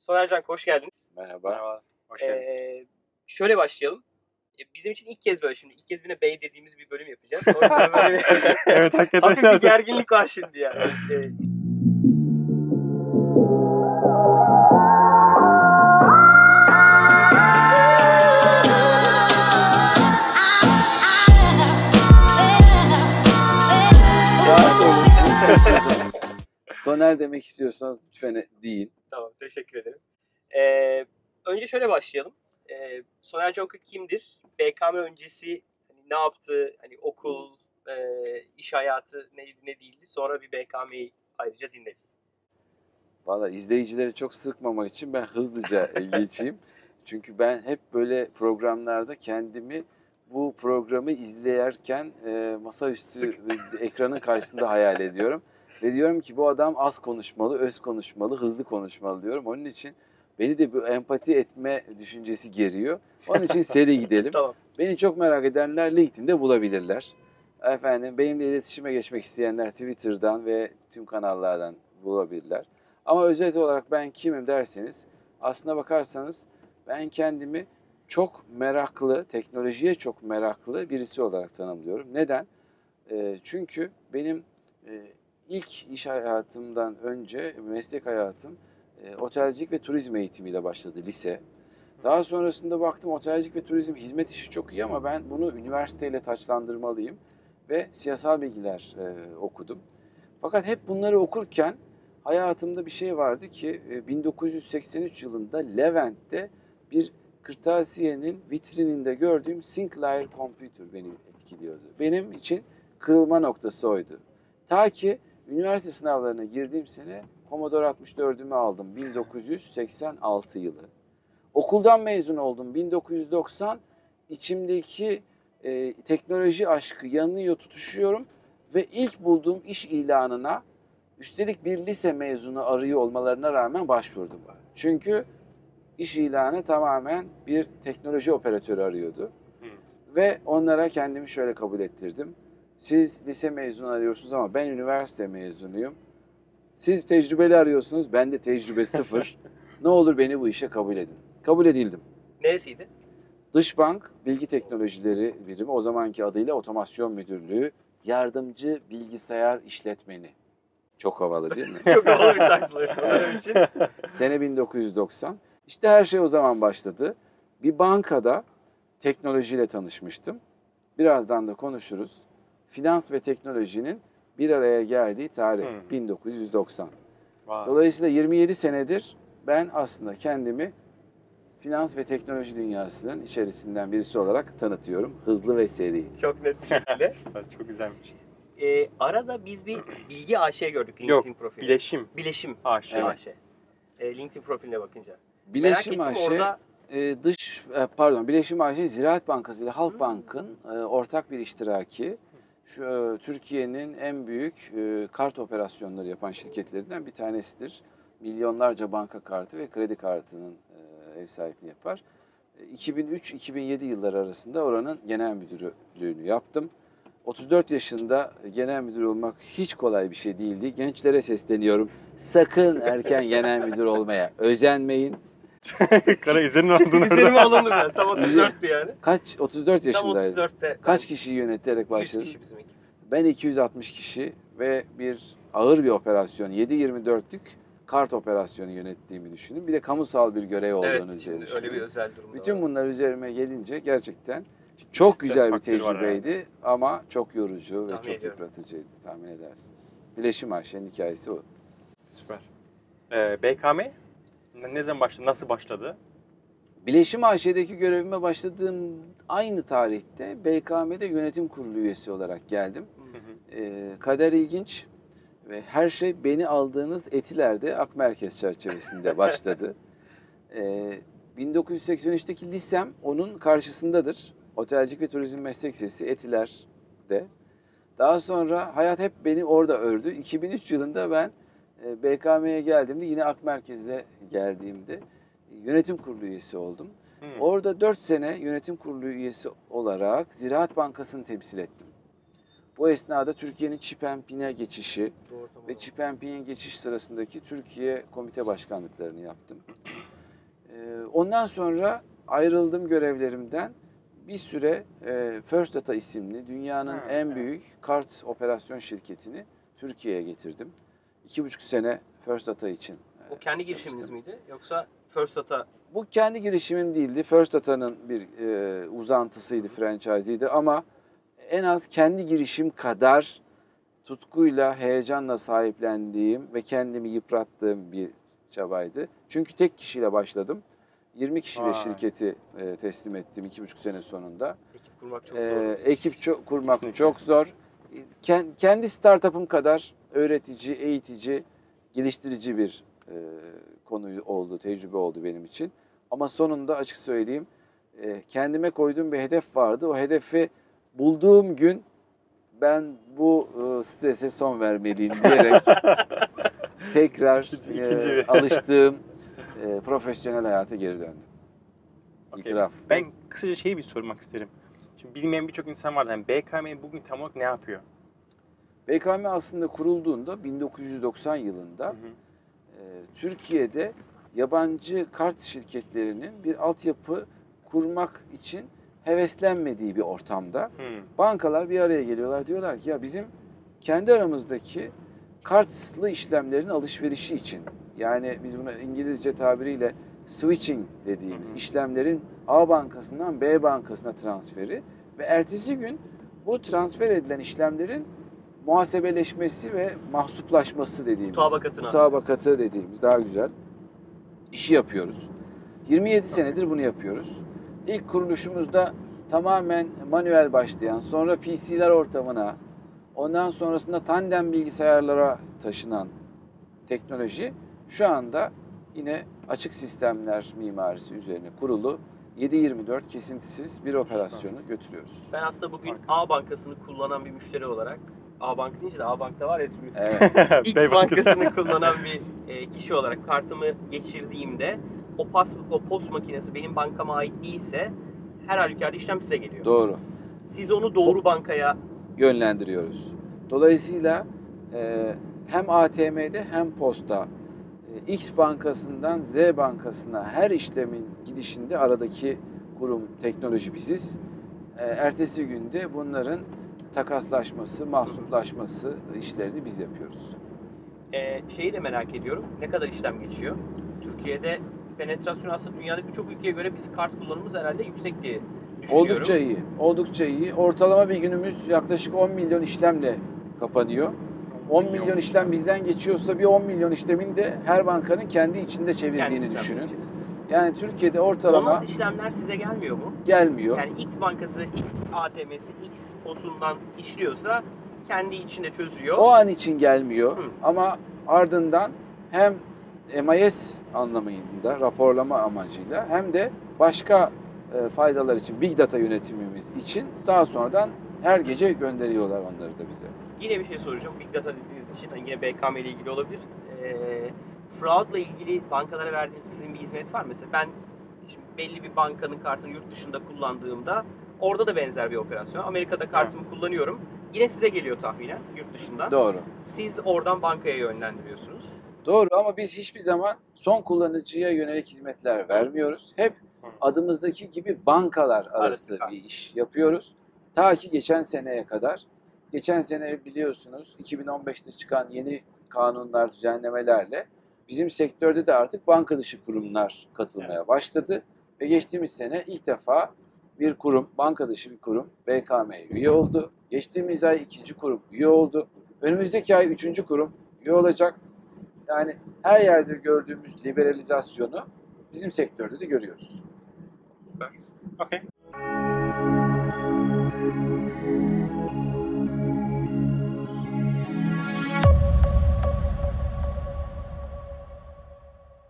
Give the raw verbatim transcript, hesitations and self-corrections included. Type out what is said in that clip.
Soner Can, hoş geldiniz. Merhaba. Merhaba, hoş geldiniz. Ee, şöyle başlayalım. Ee, Bizim için ilk kez böyle şimdi ilk kez birine bey dediğimiz bir bölüm yapacağız. O yüzden böyle bir Evet, hakikaten hafif bir lazım. gerginlik var şimdi yani. Ee, Soner demek istiyorsanız lütfen deyin. Tamam, teşekkür ederim. Ee, önce şöyle başlayalım. Ee, Soner Can kimdir? B K M öncesi hani ne yaptı? Hani okul, e, iş hayatı neydi ne değildi? Sonra bir B K M'yi ayrıca dinleriz. Valla izleyicileri çok sıkmamak için ben hızlıca geçeyim. Çünkü ben hep böyle programlarda kendimi bu programı izlerken e, masaüstü ekranın karşısında hayal ediyorum. Ve diyorum ki bu adam az konuşmalı, öz konuşmalı, hızlı konuşmalı diyorum. Onun için beni de bu empati etme düşüncesi geriyor. Onun için seri gidelim. Tamam. Beni çok merak edenler LinkedIn'de bulabilirler. Efendim benimle iletişime geçmek isteyenler Twitter'dan ve tüm kanallardan bulabilirler. Ama özet olarak ben kimim derseniz aslına bakarsanız ben kendimi çok meraklı, teknolojiye çok meraklı birisi olarak tanımlıyorum. Neden? E, çünkü benim e, ilk iş hayatımdan önce meslek hayatım e, otelcilik ve turizm eğitimiyle başladı lise. Daha sonrasında baktım otelcilik ve turizm hizmet işi çok iyi ama ben bunu üniversiteyle taçlandırmalıyım ve siyasal bilgiler e, okudum. Fakat hep bunları okurken hayatımda bir şey vardı ki bin dokuz yüz seksen üç yılında Levent'te bir kırtasiyenin vitrininde gördüğüm Sinclair Computer beni etkiliyordu. Benim için kırılma noktası oydu. Ta ki üniversite sınavlarına girdiğim sene Commodore altmış dördümü aldım bin dokuz yüz seksen altı yılı. Okuldan mezun oldum bin dokuz yüz doksan. İçimdeki e, teknoloji aşkı yanıyor, tutuşuyorum ve ilk bulduğum iş ilanına üstelik bir lise mezunu arıyor olmalarına rağmen başvurdum. Çünkü iş ilanı tamamen bir teknoloji operatörü arıyordu. Hı. Ve onlara kendimi şöyle kabul ettirdim. Siz lise mezunu arıyorsunuz ama ben üniversite mezunuyum. Siz tecrübeli arıyorsunuz, ben de tecrübe sıfır. Ne olur beni bu işe kabul edin. Kabul edildim. Neresiydi? Dışbank Bilgi Teknolojileri Birimi, o zamanki adıyla Otomasyon Müdürlüğü, Yardımcı Bilgisayar İşletmeni. Çok havalı değil mi? Çok havalı bir taklı benim için. Sene bin dokuz yüz doksan. İşte her şey o zaman başladı. Bir bankada teknolojiyle tanışmıştım. Birazdan da konuşuruz. Finans ve teknolojinin bir araya geldiği tarih hmm. bin dokuz yüz doksan. Wow. Dolayısıyla yirmi yedi senedir ben aslında kendimi finans ve teknoloji dünyasının içerisinden birisi olarak tanıtıyorum. Hızlı ve seri. Çok net bir şekilde. Süper, çok güzelmiş. Ee, arada biz bir Bilgi A Ş gördük LinkedIn Yok, profili. Bileşim. Bileşim A Ş. Evet. A Ş. Ee, LinkedIn profiline bakınca. Bileşim A Ş, orada... e, dış pardon Bileşim A Ş Ziraat Bankası ile Halkbank'ın e, ortak bir iştiraki. Şu e, Türkiye'nin en büyük e, kart operasyonları yapan şirketlerinden bir tanesidir. Milyonlarca banka kartı ve kredi kartının e, ev sahipliği yapar. E, iki bin üç iki bin yedi yılları arasında oranın genel müdürlüğünü yaptım. otuz dört yaşında genel müdür olmak hiç kolay bir şey değildi. Gençlere sesleniyorum. Sakın erken genel müdür olmaya özenmeyin. Kara üzerine aldın. Üzerime alındı biraz. Tam otuz dörttü yani. Kaç? otuz dört yaşındaydım. Tam otuz dörtte. Kaç kişiyi yöneterek başladın? yüz kişi bizim ekip. Ben iki yüz altmış kişi ve bir ağır bir operasyon, yedi yirmi dörtlük kart operasyonu yönettiğimi düşünün. Bir de kamusal bir görev olduğunu evet, üzerine düşünün. Öyle bir özel durum. Bütün var. bunlar üzerime gelince gerçekten çok Stres güzel bir faktörü var tecrübeydi yani. ama çok yorucu ve Tahmin çok ediyorum. yıpratıcıydı, tahmin edersiniz. Bileşim A Ş'nin hikayesi o. Süper. Ee, B K M ne zaman başladı, nasıl başladı? Bileşim A Ş'deki görevime başladığım aynı tarihte B K M'de yönetim kurulu üyesi olarak geldim. Hı hı. Ee, kader ilginç ve her şey beni aldığınız Etiler'de Akmerkez çerçevesinde başladı. ee, bin dokuz yüz seksen üçteki lisem onun karşısındadır. Otelcilik ve Turizm Meslek Lisesi Etiler'de. Daha sonra hayat hep beni orada ördü. iki bin üç yılında ben e, B K M'ye geldiğimde yine Akmerkez'e geldiğimde yönetim kurulu üyesi oldum. Hmm. Orada dört sene yönetim kurulu üyesi olarak Ziraat Bankası'nı temsil ettim. Bu esnada Türkiye'nin Çipenpin'e geçişi Doğru, tamam. ve Çipenpin'e geçiş sırasındaki Türkiye komite başkanlıklarını yaptım. ondan sonra ayrıldım görevlerimden. Bir süre e, First Data isimli dünyanın Ha, en evet. büyük kart operasyon şirketini Türkiye'ye getirdim. İki buçuk sene First Data için e, O kendi çalıştım. girişiminiz miydi? Yoksa First Data? Bu kendi girişimim değildi. First Data'nın bir e, uzantısıydı, franchise'iydi ama en az kendi girişim kadar tutkuyla, heyecanla sahiplendiğim ve kendimi yıprattığım bir çabaydı. Çünkü tek kişiyle başladım. yirmi kişiyle Vay. şirketi e, teslim ettim iki buçuk sene sonunda. Ekip kurmak çok E, zor. ekip çok, kurmak Kesinlikle. çok zor. Ken- Kendi startup'ım kadar öğretici, eğitici, geliştirici bir e, konu oldu, tecrübe oldu benim için. Ama sonunda açık söyleyeyim, e, kendime koyduğum bir hedef vardı. O hedefi bulduğum gün ben bu e, strese son vermeliyim diyerek tekrar İkinci- e, ikinci bir- alıştığım e, profesyonel hayata geri döndüm. Okey. İtiraf. Ben kısaca şeyi bir sormak isterim. Şimdi bilmeyen birçok insan var. Yani B K M bugün tam olarak ne yapıyor? B K M aslında kurulduğunda bin dokuz yüz doksan yılında Hı hı. e, Türkiye'de yabancı kart şirketlerinin bir altyapı kurmak için heveslenmediği bir ortamda Hı. bankalar bir araya geliyorlar. Diyorlar ki ya bizim kendi aramızdaki kartlı işlemlerin alışverişi için, yani biz buna İngilizce tabiriyle switching dediğimiz Hı hı. işlemlerin A bankasından B bankasına transferi ve ertesi gün bu transfer edilen işlemlerin muhasebeleşmesi ve mahsuplaşması dediğimiz, Mutabakatını mutabakatı dediğimiz daha güzel işi yapıyoruz. yirmi yedi senedir bunu yapıyoruz. İlk kuruluşumuzda tamamen manuel başlayan, sonra P C'ler ortamına, ondan sonrasında tandem bilgisayarlara taşınan teknoloji şu anda yine açık sistemler mimarisi üzerine kurulu yedi yirmi dört kesintisiz bir operasyonu götürüyoruz. Ben aslında bugün Harika. A bankasını kullanan bir müşteri olarak, A bank deyince de A bankta var ya, Evet. X B bankasını kullanan bir e, kişi olarak kartımı geçirdiğimde o pas, o post makinesi benim bankama ait değilse her halükarda işlem size geliyor. Doğru. Siz onu doğru bankaya Yönlendiriyoruz. Dolayısıyla e, hem A T M'de hem posta e, X bankasından Z bankasına her işlemin gidişinde aradaki kurum teknoloji biziz. E, ertesi günde bunların takaslaşması, mahsuplaşması işlerini biz yapıyoruz. e, şeyi de merak ediyorum. Ne kadar işlem geçiyor? Türkiye'de penetrasyon aslında dünyadaki birçok ülkeye göre biz kart kullanımımız herhalde yüksek diye düşünüyorum. Oldukça iyi. Oldukça iyi. Ortalama bir günümüz yaklaşık on milyon işlemle kapanıyor. on milyon işlem bizden geçiyorsa bir on milyon işlemin de her bankanın kendi içinde çevirdiğini Kendisi düşünün. yapacağız. Yani Türkiye'de ortalama Bonus işlemler size gelmiyor mu? gelmiyor. Yani X bankası, X A T M'si, X posundan işliyorsa kendi içinde çözüyor. O an için gelmiyor Hı. ama ardından hem M I S anlamında raporlama amacıyla hem de başka e, faydalar için, Big Data yönetimimiz için daha sonradan her gece gönderiyorlar onları da bize. Yine bir şey soracağım. Big Data dediğiniz için hani yine B K M ile ilgili olabilir. Ee, fraudla ilgili bankalara verdiğiniz sizin bir hizmet var mı? Mesela ben şimdi belli bir bankanın kartını yurt dışında kullandığımda orada da benzer bir operasyon. Amerika'da kartımı Evet. kullanıyorum. Yine size geliyor tahminen yurt dışından. Doğru. Siz oradan bankaya yönlendiriyorsunuz. Doğru ama biz hiçbir zaman son kullanıcıya yönelik hizmetler vermiyoruz. Hep adımızdaki gibi bankalar arası Arası. bir iş yapıyoruz. Ta ki geçen seneye kadar. Geçen sene biliyorsunuz iki bin on beşte çıkan yeni kanunlar, düzenlemelerle bizim sektörde de artık banka dışı kurumlar katılmaya başladı. Ve geçtiğimiz sene ilk defa bir kurum, banka dışı bir kurum B K M'ye üye oldu. Geçtiğimiz ay ikinci kurum üye oldu. Önümüzdeki ay üçüncü kurum üye olacak. Yani her yerde gördüğümüz liberalizasyonu bizim sektörde de görüyoruz. Okey.